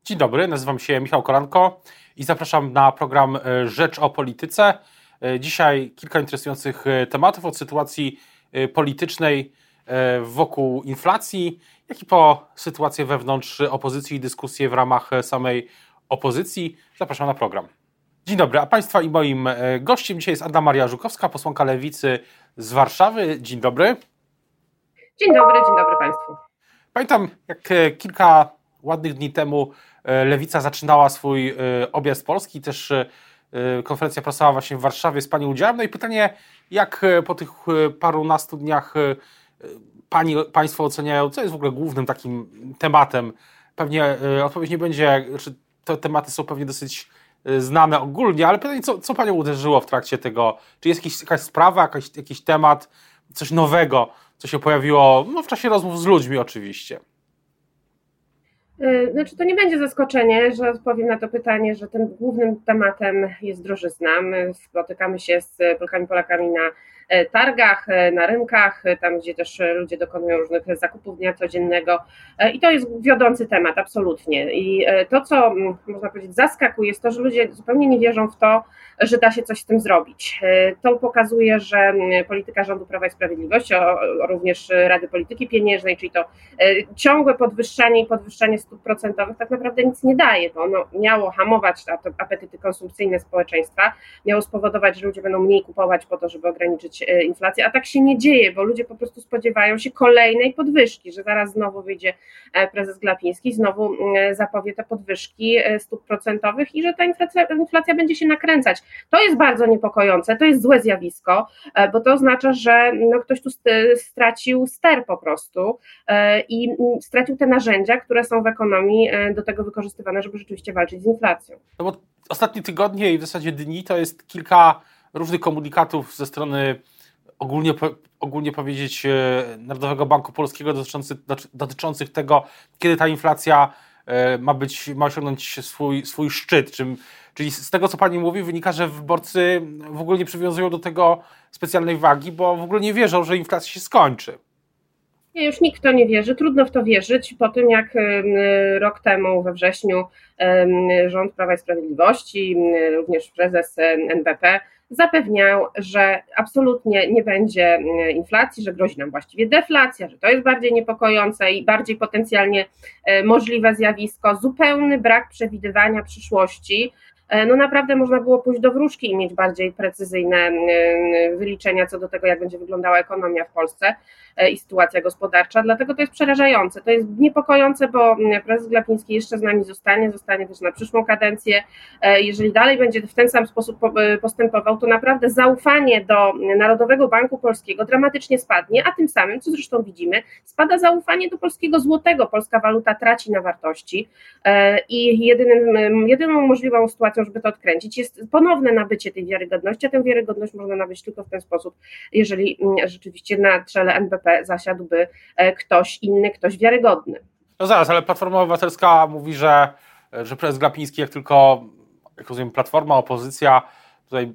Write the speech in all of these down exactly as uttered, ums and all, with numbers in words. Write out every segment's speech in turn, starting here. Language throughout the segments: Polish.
Dzień dobry, nazywam się Michał Kolanko i zapraszam na program Rzecz o Polityce. Dzisiaj kilka interesujących tematów od sytuacji politycznej wokół inflacji, jak i po sytuację wewnątrz opozycji i dyskusje w ramach samej opozycji. Zapraszam na program. Dzień dobry, a Państwa i moim gościem dzisiaj jest Anna Maria Żukowska, posłanka Lewicy z Warszawy. Dzień dobry. Dzień dobry, dzień dobry Państwu. Pamiętam, jak kilka ładnych dni temu Lewica zaczynała swój objazd Polski, też konferencja prasowa właśnie w Warszawie z Pani udziałem. No i pytanie, jak po tych parunastu dniach Pani, Państwo oceniają, co jest w ogóle głównym takim tematem? Pewnie odpowiedź nie będzie, znaczy te tematy są pewnie dosyć znane ogólnie, ale pytanie, co, co Panią uderzyło w trakcie tego? Czy jest jakiś, jakaś sprawa, jakaś, jakiś temat, coś nowego, co się pojawiło no, w czasie rozmów z ludźmi oczywiście? Znaczy to nie będzie zaskoczenie, że odpowiem na to pytanie, że tym głównym tematem jest drożyzna. My spotykamy się z Polkami, Polakami na targach, na rynkach, tam gdzie też ludzie dokonują różnych zakupów dnia codziennego i to jest wiodący temat, absolutnie. I to, co można powiedzieć zaskakuje, jest to, że ludzie zupełnie nie wierzą w to, że da się coś z tym zrobić. To pokazuje, że polityka rządu Prawa i Sprawiedliwości, również Rady Polityki Pieniężnej, czyli to ciągłe podwyższanie i podwyższanie stóp procentowych tak naprawdę nic nie daje, bo ono miało hamować apetyty konsumpcyjne społeczeństwa, miało spowodować, że ludzie będą mniej kupować po to, żeby ograniczyć inflację, a tak się nie dzieje, bo ludzie po prostu spodziewają się kolejnej podwyżki, że zaraz znowu wyjdzie prezes Glapiński, znowu zapowie te podwyżki stóp procentowych i że ta inflacja, inflacja będzie się nakręcać. To jest bardzo niepokojące, to jest złe zjawisko, bo to oznacza, że no ktoś tu stracił ster po prostu i stracił te narzędzia, które są w ekonomii do tego wykorzystywane, żeby rzeczywiście walczyć z inflacją. No bo ostatnie tygodnie i w zasadzie dni to jest kilka różnych komunikatów ze strony ogólnie, ogólnie powiedzieć Narodowego Banku Polskiego dotyczących, dotyczących tego, kiedy ta inflacja ma być, ma osiągnąć swój, swój szczyt. Czym, czyli z tego, co Pani mówi, wynika, że wyborcy w ogóle nie przywiązują do tego specjalnej wagi, bo w ogóle nie wierzą, że inflacja się skończy. Nie, już nikt w to nie wierzy, trudno w to wierzyć po tym, jak rok temu we wrześniu rząd Prawa i Sprawiedliwości, również prezes N B P zapewniał, że absolutnie nie będzie inflacji, że grozi nam właściwie deflacja, że to jest bardziej niepokojące i bardziej potencjalnie możliwe zjawisko, zupełny brak przewidywania przyszłości. No naprawdę można było pójść do wróżki i mieć bardziej precyzyjne wyliczenia co do tego, jak będzie wyglądała ekonomia w Polsce i sytuacja gospodarcza, dlatego to jest przerażające, to jest niepokojące, bo prezes Glapiński jeszcze z nami zostanie, zostanie też na przyszłą kadencję. Jeżeli dalej będzie w ten sam sposób postępował, to naprawdę zaufanie do Narodowego Banku Polskiego dramatycznie spadnie, a tym samym, co zresztą widzimy, spada zaufanie do polskiego złotego, polska waluta traci na wartości i jedynym, jedyną możliwą sytuacją, żeby to odkręcić, jest ponowne nabycie tej wiarygodności, a tę wiarygodność można nabyć tylko w ten sposób, jeżeli rzeczywiście na czele N B P zasiadłby ktoś inny, ktoś wiarygodny. No zaraz, ale Platforma Obywatelska mówi, że, że prezes Glapiński, jak tylko, jak rozumiem, Platforma, opozycja, tutaj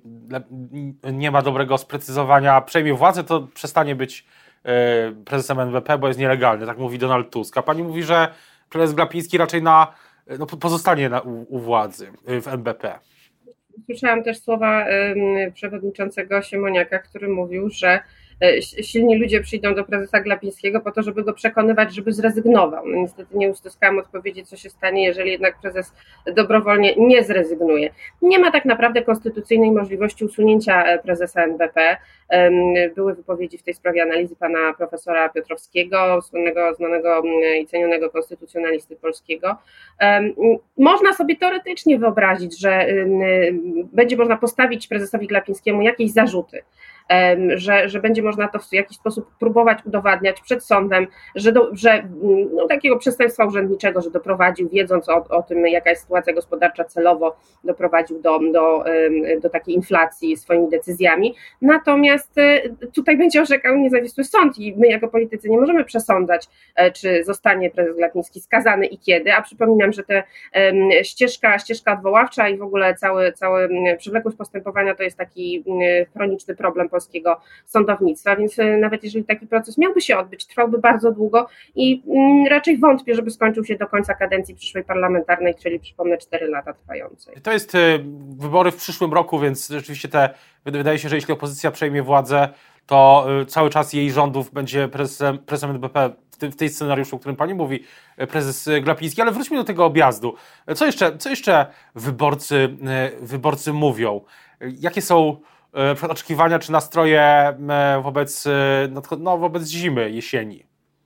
nie ma dobrego sprecyzowania, przejmie władzę, to przestanie być prezesem N B P, bo jest nielegalny, tak mówi Donald Tusk. A pani mówi, że prezes Glapiński raczej na no, pozostanie na, u, u władzy w N B P. Słyszałam też słowa y, przewodniczącego Siemoniaka, który mówił, że y, silni ludzie przyjdą do prezesa Glapińskiego po to, żeby go przekonywać, żeby zrezygnował. No, niestety nie uzyskałam odpowiedzi, co się stanie, jeżeli jednak prezes dobrowolnie nie zrezygnuje. Nie ma tak naprawdę konstytucyjnej możliwości usunięcia prezesa N B P. Y, były wypowiedzi w tej sprawie analizy pana profesora Piotrowskiego, słynnego, znanego i cenionego konstytucjonalisty polskiego. Y, można sobie teoretycznie wyobrazić, że y, będzie można postawić prezesowi Glapińskiemu jakieś zarzuty, że, że będzie można to w jakiś sposób próbować udowadniać przed sądem, że, do, że no, takiego przestępstwa urzędniczego, że doprowadził, wiedząc o, o tym, jaka jest sytuacja gospodarcza, celowo doprowadził do, do, do takiej inflacji swoimi decyzjami. Natomiast tutaj będzie orzekał niezawisły sąd i my jako politycy nie możemy przesądzać, czy zostanie prezes Glapiński skazany i kiedy, a przypominam, że te ścieżka, ścieżka odwoławcza i w ogóle cały, cały przewlekłość postępowania to jest taki chroniczny problem polskiego polskiego sądownictwa, więc nawet jeżeli taki proces miałby się odbyć, trwałby bardzo długo i raczej wątpię, żeby skończył się do końca kadencji przyszłej parlamentarnej, czyli przypomnę cztery lata trwającej. To jest wybory w przyszłym roku, więc rzeczywiście te, wydaje się, że jeśli opozycja przejmie władzę, to cały czas jej rządów będzie prezesem, prezesem N B P w, tym, w tej scenariuszu, o którym pani mówi, prezes Glapiński. Ale wróćmy do tego objazdu. Co jeszcze, co jeszcze wyborcy, wyborcy mówią? Jakie są oczekiwania czy nastroje wobec, no, wobec zimy, jesieni?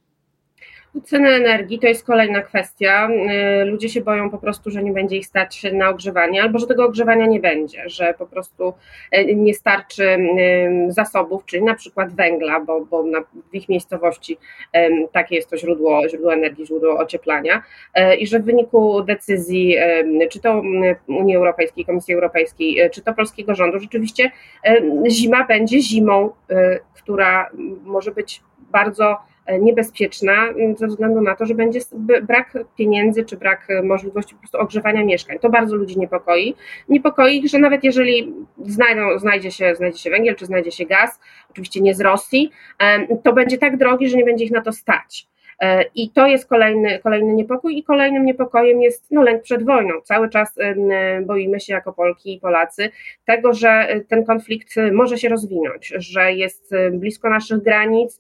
Ceny energii to jest kolejna kwestia. Ludzie się boją po prostu, że nie będzie ich stać na ogrzewanie, albo że tego ogrzewania nie będzie, że po prostu nie starczy zasobów, czyli na przykład węgla, bo, bo na, w ich miejscowości takie jest to źródło, źródło energii, źródło ocieplania i że w wyniku decyzji czy to Unii Europejskiej, Komisji Europejskiej, czy to polskiego rządu rzeczywiście zima będzie zimą, która może być bardzo niebezpieczna ze względu na to, że będzie brak pieniędzy czy brak możliwości po prostu ogrzewania mieszkań. To bardzo ludzi niepokoi. Niepokoi, że nawet jeżeli znajdą, znajdzie się, znajdzie się węgiel czy znajdzie się gaz, oczywiście nie z Rosji, to będzie tak drogi, że nie będzie ich na to stać. I to jest kolejny, kolejny niepokój i kolejnym niepokojem jest no, lęk przed wojną. Cały czas boimy się jako Polki i Polacy tego, że ten konflikt może się rozwinąć, że jest blisko naszych granic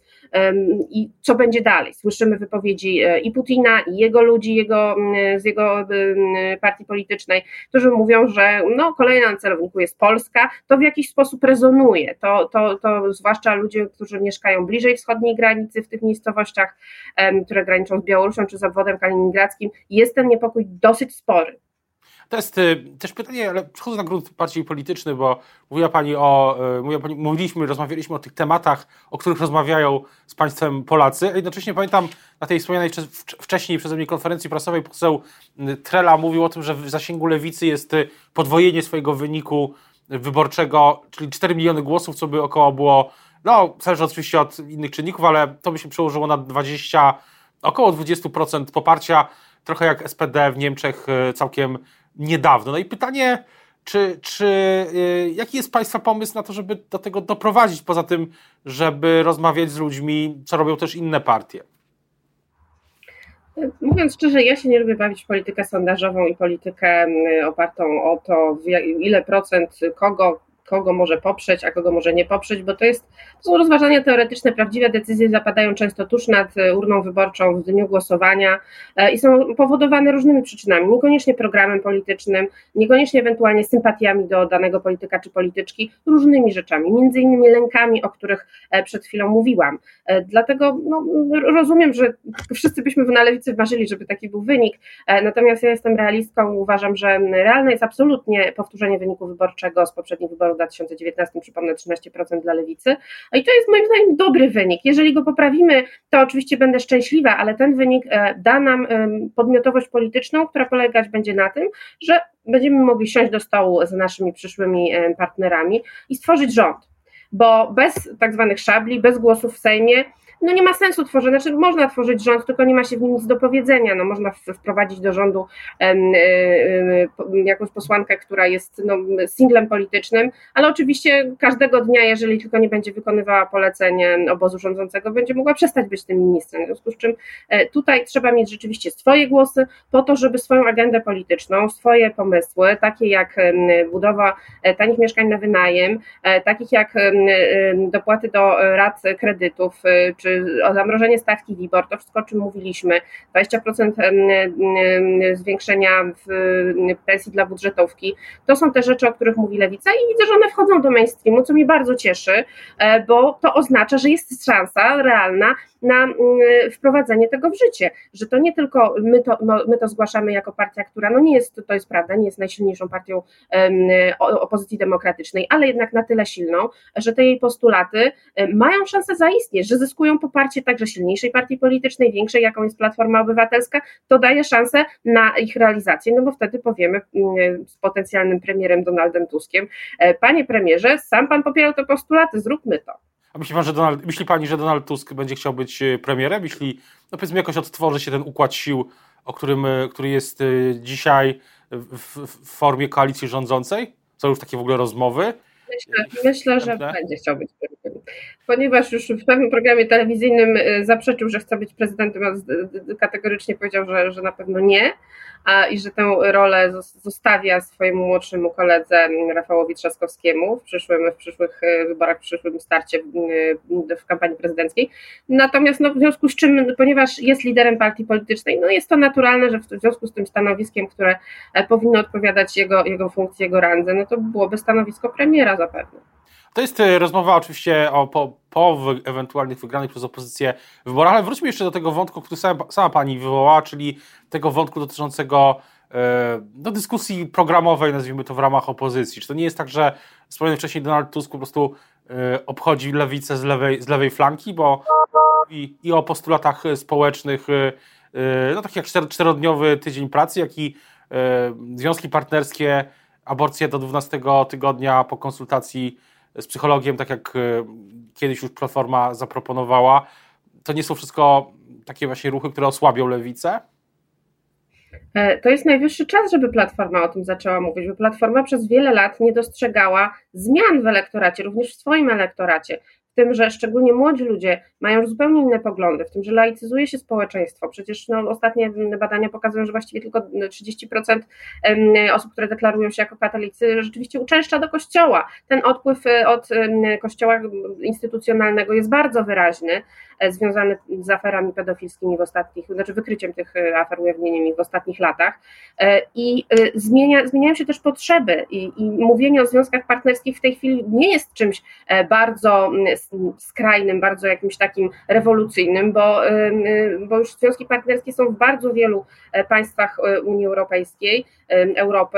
i co będzie dalej. Słyszymy wypowiedzi i Putina, i jego ludzi, jego, z jego partii politycznej, którzy mówią, że no, kolejna na celowniku jest Polska. To w jakiś sposób rezonuje. To, to, to zwłaszcza ludzie, którzy mieszkają bliżej wschodniej granicy w tych miejscowościach, które graniczą z Białorusią czy z obwodem kaliningradzkim, jest ten niepokój dosyć spory. To jest y, też pytanie, ale przechodzę na grunt bardziej polityczny, bo mówiła Pani o, y, mówiła pani, mówiliśmy, rozmawialiśmy o tych tematach, o których rozmawiają z państwem Polacy. A jednocześnie pamiętam na tej wspomnianej wcześniej przeze mnie konferencji prasowej poseł Trela mówił o tym, że w zasięgu Lewicy jest podwojenie swojego wyniku wyborczego, czyli cztery miliony głosów, co by około było, no zależy oczywiście od innych czynników, ale to by się przełożyło na dwadzieścia, około dwadzieścia procent poparcia, trochę jak S P D w Niemczech całkiem niedawno. No i pytanie, czy, czy jaki jest Państwa pomysł na to, żeby do tego doprowadzić, poza tym, żeby rozmawiać z ludźmi, co robią też inne partie? Mówiąc szczerze, ja się nie lubię bawić w politykę sondażową i politykę opartą o to, ile procent kogo kogo może poprzeć, a kogo może nie poprzeć, bo to jest, to są rozważania teoretyczne, prawdziwe decyzje zapadają często tuż nad urną wyborczą w dniu głosowania i są powodowane różnymi przyczynami, niekoniecznie programem politycznym, niekoniecznie ewentualnie sympatiami do danego polityka czy polityczki, różnymi rzeczami, między innymi lękami, o których przed chwilą mówiłam. Dlatego no, rozumiem, że wszyscy byśmy na lewicy marzyli, żeby taki był wynik, natomiast ja jestem realistką i uważam, że realne jest absolutnie powtórzenie wyniku wyborczego z poprzednich wyborów w dwa tysiące dziewiętnastym, przypomnę, trzynaście procent dla lewicy. I to jest moim zdaniem dobry wynik. Jeżeli go poprawimy, to oczywiście będę szczęśliwa, ale ten wynik da nam podmiotowość polityczną, która polegać będzie na tym, że będziemy mogli siąść do stołu z naszymi przyszłymi partnerami i stworzyć rząd. Bo bez tak zwanych szabli, bez głosów w Sejmie, no nie ma sensu tworzyć, znaczy można tworzyć rząd, tylko nie ma się w nim nic do powiedzenia, no można wprowadzić do rządu um, um, jakąś posłankę, która jest no, singlem politycznym, ale oczywiście każdego dnia, jeżeli tylko nie będzie wykonywała poleceń obozu rządzącego, będzie mogła przestać być tym ministrem, w związku z czym tutaj trzeba mieć rzeczywiście swoje głosy po to, żeby swoją agendę polityczną, swoje pomysły, takie jak budowa tanich mieszkań na wynajem, takich jak dopłaty do rat kredytów, czy o zamrożenie stawki WIBOR, to wszystko, o czym mówiliśmy, dwadzieścia procent zwiększenia w pensji dla budżetówki, to są te rzeczy, o których mówi Lewica i widzę, że one wchodzą do mainstreamu, co mnie bardzo cieszy, bo to oznacza, że jest szansa realna na wprowadzenie tego w życie, że to nie tylko my to, my to zgłaszamy jako partia, która no nie jest, to jest prawda, nie jest najsilniejszą partią opozycji demokratycznej, ale jednak na tyle silną, że te jej postulaty mają szansę zaistnieć, że zyskują poparcie także silniejszej partii politycznej, większej, jaką jest Platforma Obywatelska, to daje szansę na ich realizację, no bo wtedy powiemy z potencjalnym premierem Donaldem Tuskiem: panie premierze, sam pan popierał te postulaty, zróbmy to. A myśli, pan, że Donald, myśli pani, że Donald Tusk będzie chciał być premierem? Jeśli, no powiedzmy, jakoś odtworzy się ten układ sił, o którym, który jest dzisiaj w, w formie koalicji rządzącej? Są już takie w ogóle rozmowy? Myślę, myślę że będzie chciał być prezydentem. Ponieważ już w pewnym programie telewizyjnym zaprzeczył, że chce być prezydentem, a kategorycznie powiedział, że, że na pewno nie, a, i że tę rolę zostawia swojemu młodszemu koledze Rafałowi Trzaskowskiemu w, przyszłym, w przyszłych wyborach, w przyszłym starcie w, w kampanii prezydenckiej. Natomiast no, w związku z czym, ponieważ jest liderem partii politycznej, no jest to naturalne, że w związku z tym stanowiskiem, które powinno odpowiadać jego, jego funkcji, jego randze, no to byłoby stanowisko premiera zapewne. To jest rozmowa oczywiście o po, po ewentualnych wygranych przez opozycję wyborach, ale wróćmy jeszcze do tego wątku, który sama, sama pani wywołała, czyli tego wątku dotyczącego e, do dyskusji programowej, nazwijmy to w ramach opozycji. Czy to nie jest tak, że wspomniany wcześniej Donald Tusk po prostu e, obchodzi lewicę z lewej, z lewej flanki, bo i, i o postulatach społecznych, e, no tak jak czter, czterodniowy tydzień pracy, jak i e, związki partnerskie, aborcję do dwunastego tygodnia po konsultacji z psychologiem, tak jak kiedyś już Platforma zaproponowała. To nie są wszystko takie właśnie ruchy, które osłabią lewicę? To jest najwyższy czas, żeby Platforma o tym zaczęła mówić, bo Platforma przez wiele lat nie dostrzegała zmian w elektoracie, również w swoim elektoracie. W tym, że szczególnie młodzi ludzie mają zupełnie inne poglądy, w tym, że laicyzuje się społeczeństwo. Przecież no, ostatnie badania pokazują, że właściwie tylko trzydzieści procent osób, które deklarują się jako katolicy, rzeczywiście uczęszcza do kościoła. Ten odpływ od kościoła instytucjonalnego jest bardzo wyraźny, związany z aferami pedofilskimi w ostatnich, znaczy wykryciem tych afer, ujawnieniem ich w ostatnich latach. I zmienia, zmieniają się też potrzeby i, i mówienie o związkach partnerskich w tej chwili nie jest czymś bardzo skrajnym, bardzo jakimś takim rewolucyjnym, bo, bo już związki partnerskie są w bardzo wielu państwach Unii Europejskiej, Europy,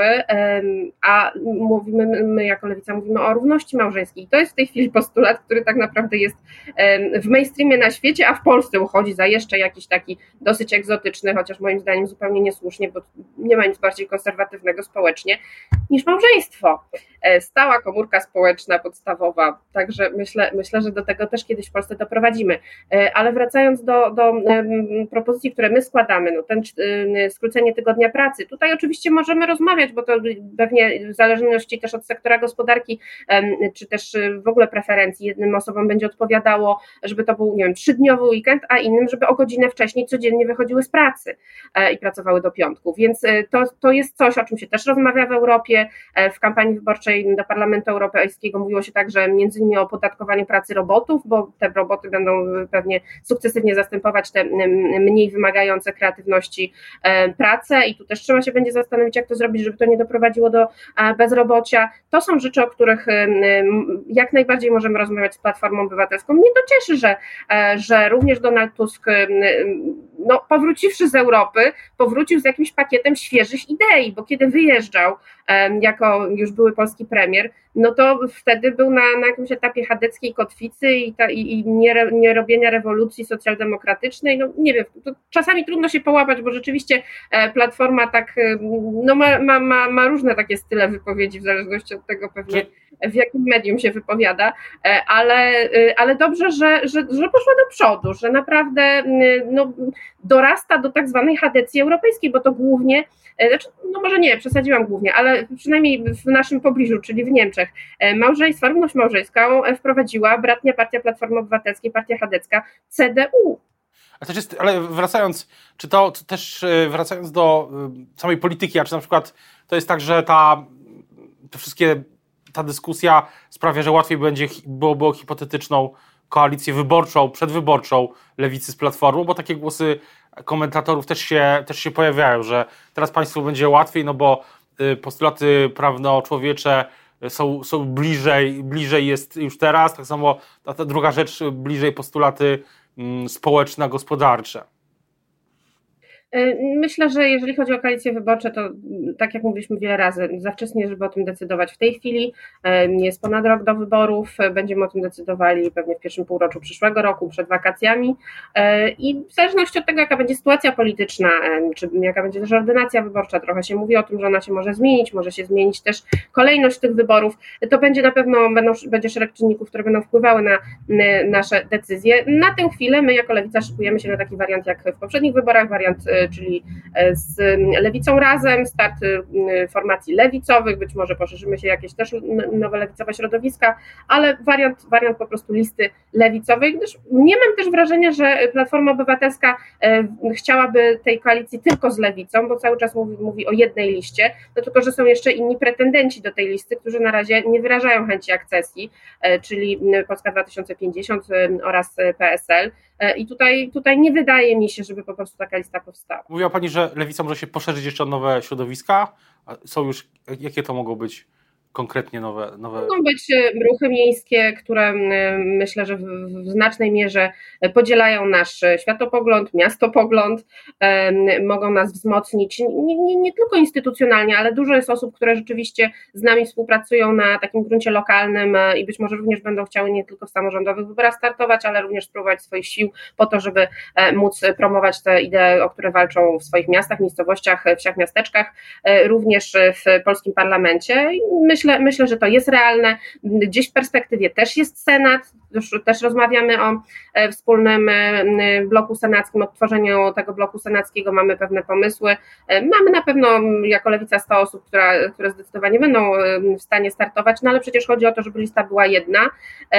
a mówimy, my jako Lewica mówimy o równości małżeńskiej. I to jest w tej chwili postulat, który tak naprawdę jest w mainstreamie na świecie, a w Polsce uchodzi za jeszcze jakiś taki dosyć egzotyczny, chociaż moim zdaniem zupełnie niesłusznie, bo nie ma nic bardziej konserwatywnego społecznie niż małżeństwo. Stała komórka społeczna, podstawowa, także myślę, myślę, że do tego też kiedyś w Polsce doprowadzimy. Ale wracając do, do propozycji, które my składamy, no ten skrócenie tygodnia pracy, tutaj oczywiście możemy rozmawiać, bo to pewnie w zależności też od sektora gospodarki, czy też w ogóle preferencji, jednym osobom będzie odpowiadało, żeby to był, nie wiem, trzydniowy weekend, a innym, żeby o godzinę wcześniej codziennie wychodziły z pracy i pracowały do piątku, więc to, to jest coś, o czym się też rozmawia w Europie. W kampanii wyborczej do Parlamentu Europejskiego mówiło się także między innymi o opodatkowaniu pracy robotów, bo te roboty będą pewnie sukcesywnie zastępować te mniej wymagające kreatywności prace i tu też trzeba się będzie zastanowić, jak to zrobić, żeby to nie doprowadziło do bezrobocia. To są rzeczy, o których jak najbardziej możemy rozmawiać z Platformą Obywatelską. Mnie to cieszy, że, że również Donald Tusk, no, powróciwszy z Europy, powrócił z jakimś pakietem świeżych idei, bo kiedy wyjeżdżał jako już były polski premier, no to wtedy był na, na jakimś etapie chadeckiej kotwicy i, ta, i, i nie, nie robienia rewolucji socjaldemokratycznej. No nie wiem, to czasami trudno się połapać, bo rzeczywiście Platforma tak, no ma, ma, ma, ma różne takie style wypowiedzi w zależności od tego pewnie, w jakim medium się wypowiada, ale, ale dobrze, że, że, że poszła do przodu, że naprawdę no, dorasta do tak zwanej chadecji europejskiej, bo to głównie, znaczy, no może nie, przesadziłam głównie, ale przynajmniej w naszym pobliżu, czyli w Niemczech, małżeństwa, równość małżeńską wprowadziła bratnia partia Platformy Obywatelskiej, partia chadecka C D U. A też jest, ale wracając, czy to, to też wracając do samej polityki, a czy na przykład to jest tak, że ta, te wszystkie, ta dyskusja sprawia, że łatwiej będzie było, było hipotetyczną koalicję wyborczą, przedwyborczą Lewicy z Platformą, bo takie głosy komentatorów też się, też się pojawiają, że teraz państwu będzie łatwiej, no bo postulaty prawno-człowiecze są, są bliżej, bliżej jest już teraz, tak samo ta, ta druga rzecz, bliżej postulaty społeczno-gospodarcze. Myślę, że jeżeli chodzi o koalicje wyborcze, to tak jak mówiliśmy wiele razy, za wcześnie, żeby o tym decydować w tej chwili. Jest ponad rok do wyborów, będziemy o tym decydowali pewnie w pierwszym półroczu przyszłego roku, przed wakacjami i w zależności od tego, jaka będzie sytuacja polityczna, czy jaka będzie też ordynacja wyborcza, trochę się mówi o tym, że ona się może zmienić, może się zmienić też kolejność tych wyborów, to będzie na pewno, będą, będzie szereg czynników, które będą wpływały na nasze decyzje. Na tę chwilę my jako Lewica szykujemy się na taki wariant jak w poprzednich wyborach, wariant czyli z Lewicą Razem, start formacji lewicowych, być może poszerzymy się jakieś też nowe lewicowe środowiska, ale wariant, wariant po prostu listy lewicowej, gdyż nie mam też wrażenia, że Platforma Obywatelska chciałaby tej koalicji tylko z lewicą, bo cały czas mówi, mówi o jednej liście, no tylko, że są jeszcze inni pretendenci do tej listy, którzy na razie nie wyrażają chęci akcesji, czyli Polska dwa tysiące pięćdziesiąt oraz P S L. I tutaj, tutaj nie wydaje mi się, żeby po prostu taka lista powstała. Mówiła Pani, że lewica może się poszerzyć jeszcze o nowe środowiska. Są już, jakie to mogą być konkretnie nowe, nowe... Mogą być ruchy miejskie, które myślę, że w, w znacznej mierze podzielają nasz światopogląd, miastopogląd, mogą nas wzmocnić nie, nie, nie tylko instytucjonalnie, ale dużo jest osób, które rzeczywiście z nami współpracują na takim gruncie lokalnym i być może również będą chciały nie tylko w samorządowych wyborach startować, ale również spróbować swoich sił po to, żeby móc promować te idee, o które walczą w swoich miastach, miejscowościach, wsiach, miasteczkach, również w polskim parlamencie. Myślę, Myślę, że to jest realne. Gdzieś w perspektywie też jest Senat, już też rozmawiamy o wspólnym bloku senackim, o tworzeniu tego bloku senackiego, mamy pewne pomysły. Mamy na pewno jako Lewica sto osób, która, które zdecydowanie będą w stanie startować, no ale przecież chodzi o to, żeby lista była jedna,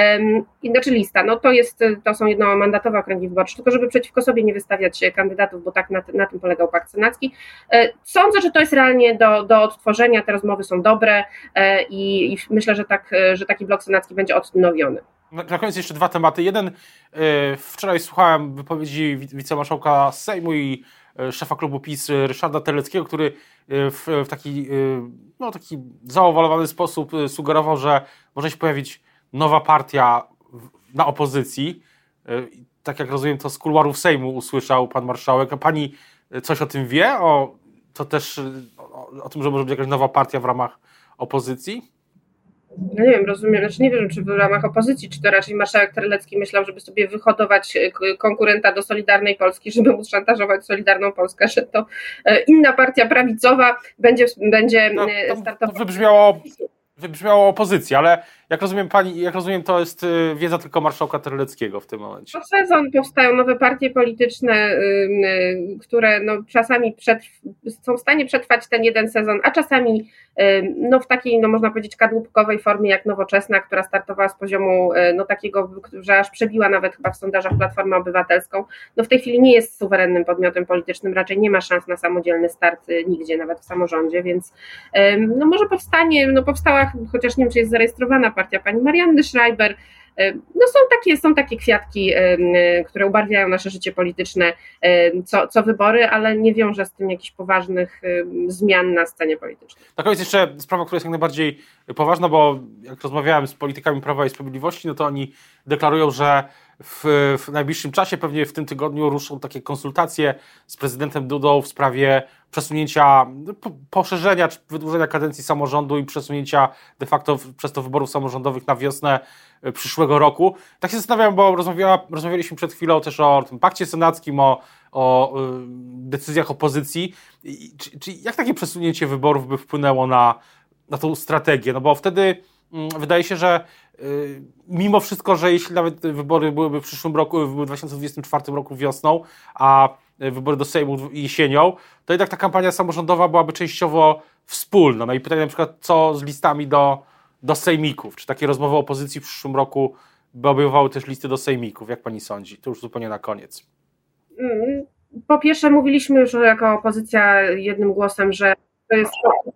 znaczy lista, no to jest, to są jednomandatowe okręgi wyborcze, tylko żeby przeciwko sobie nie wystawiać kandydatów, bo tak na, na tym polegał Pakt Senacki. Sądzę, że to jest realnie do, do odtworzenia, te rozmowy są dobre, I, i myślę, że, tak, że taki blok senacki będzie odnowiony. Na koniec jeszcze dwa tematy. Jeden, wczoraj słuchałem wypowiedzi wicemarszałka Sejmu i szefa klubu PiS Ryszarda Terleckiego, który w, w taki, no, taki zaowalowany sposób sugerował, że może się pojawić nowa partia na opozycji. Tak jak rozumiem, to z kuluarów Sejmu usłyszał pan marszałek. A pani coś o tym wie? O, to też o, o tym, że może być jakaś nowa partia w ramach opozycji? Ja nie wiem, rozumiem, znaczy nie wiem, czy w ramach opozycji, czy to raczej marszałek Terlecki myślał, żeby sobie wyhodować konkurenta do Solidarnej Polski, żeby móc szantażować Solidarną Polskę, że to inna partia prawicowa będzie, będzie no, startować. To wybrzmiało, wybrzmiało opozycja, ale jak rozumiem pani, jak rozumiem, to jest wiedza tylko marszałka Terleckiego w tym momencie. Co sezon powstają nowe partie polityczne, które no czasami przetrw, są w stanie przetrwać ten jeden sezon, a czasami no w takiej, no można powiedzieć, kadłubkowej formie jak Nowoczesna, która startowała z poziomu no takiego, że aż przebiła nawet chyba w sondażach Platformę Obywatelską. No w tej chwili nie jest suwerennym podmiotem politycznym, raczej nie ma szans na samodzielny start nigdzie, nawet w samorządzie, więc no może powstanie, no powstała, chociaż nie wiem, czy jest zarejestrowana partia pani Marianny Schreiber. No są takie, są takie kwiatki, które ubarwiają nasze życie polityczne co, co wybory, ale nie wiąże z tym jakichś poważnych zmian na scenie politycznej. Na koniec jeszcze sprawa, która jest jak najbardziej poważna, bo jak rozmawiałem z politykami Prawa i Sprawiedliwości, no to oni deklarują, że w, w najbliższym czasie, pewnie w tym tygodniu, ruszą takie konsultacje z prezydentem Dudą w sprawie przesunięcia, poszerzenia czy wydłużenia kadencji samorządu i przesunięcia de facto przez to wyborów samorządowych na wiosnę przyszłego roku. Tak się zastanawiam, bo rozmawia, rozmawialiśmy przed chwilą też o tym pakcie senackim, o, o decyzjach opozycji. I, czy, czy jak takie przesunięcie wyborów by wpłynęło na, na tą strategię? No bo wtedy wydaje się, że mimo wszystko, że jeśli nawet wybory byłyby w przyszłym roku, w dwa tysiące dwudziestym czwartym roku wiosną, a wybory do Sejmu jesienią, to jednak ta kampania samorządowa byłaby częściowo wspólna. No i pytanie na przykład, co z listami do, do sejmików? Czy takie rozmowy opozycji w przyszłym roku by obejmowały też listy do sejmików? Jak pani sądzi? To już zupełnie na koniec. Po pierwsze, mówiliśmy już jako opozycja jednym głosem, że to jest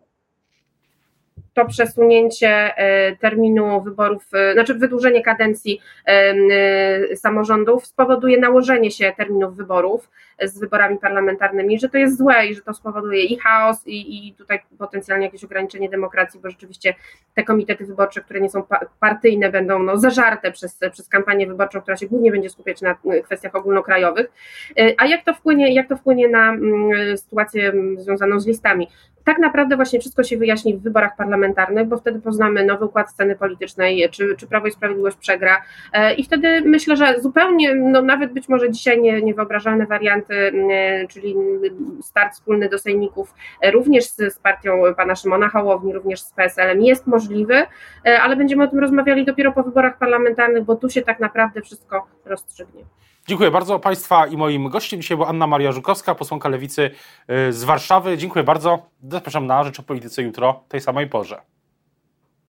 to przesunięcie terminu wyborów, znaczy wydłużenie kadencji samorządów spowoduje nałożenie się terminów wyborów z wyborami parlamentarnymi, że to jest złe i że to spowoduje i chaos i, i tutaj potencjalnie jakieś ograniczenie demokracji, bo rzeczywiście te komitety wyborcze, które nie są partyjne, będą no, zażarte przez, przez kampanię wyborczą, która się głównie będzie skupiać na kwestiach ogólnokrajowych. A jak to wpłynie, jak to wpłynie na sytuację związaną z listami? Tak naprawdę właśnie wszystko się wyjaśni w wyborach parlamentarnych parlamentarnych, bo wtedy poznamy nowy układ sceny politycznej, czy, czy Prawo i Sprawiedliwość przegra i wtedy myślę, że zupełnie, no nawet być może dzisiaj nie, niewyobrażalne warianty, czyli start wspólny do sejmików również z, z partią pana Szymona Hołowni, również z P S L-em jest możliwy, ale będziemy o tym rozmawiali dopiero po wyborach parlamentarnych, bo tu się tak naprawdę wszystko rozstrzygnie. Dziękuję bardzo Państwa i moim gościem dzisiaj była Anna Maria Żukowska, posłanka Lewicy z Warszawy. Dziękuję bardzo. Zapraszam na Rzecz o Polityce jutro, tej samej porze.